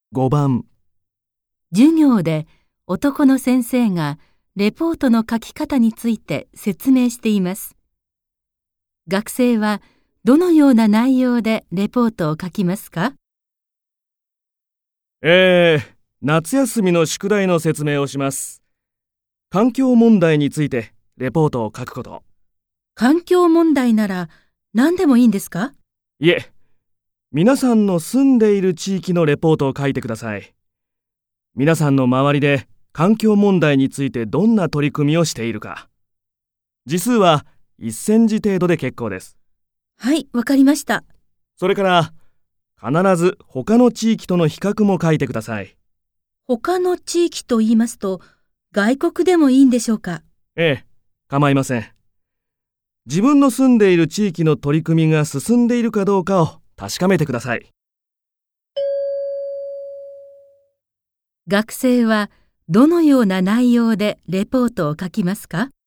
5番、 授業で男の先生がレポートの書き方について説明しています。学生はどのような内容でレポートを書きますか？ 夏休みの宿題の説明をします。環境問題についてレポートを書くこと。 環境問題なら何でもいいんですか？ いえ、皆さんの住んでいる地域のレポートを書いてください。皆さんの周りで環境問題についてどんな取り組みをしているか。字数は1000字程度で結構です。 はい、わかりました。 それから必ず他の地域との比較も書いてください。 他の地域と言いますと、外国でもいいんでしょうか？ ええ、構いません。自分の住んでいる地域の取り組みが進んでいるかどうかを確かめてください。 学生はどのような内容でレポートを書きますか？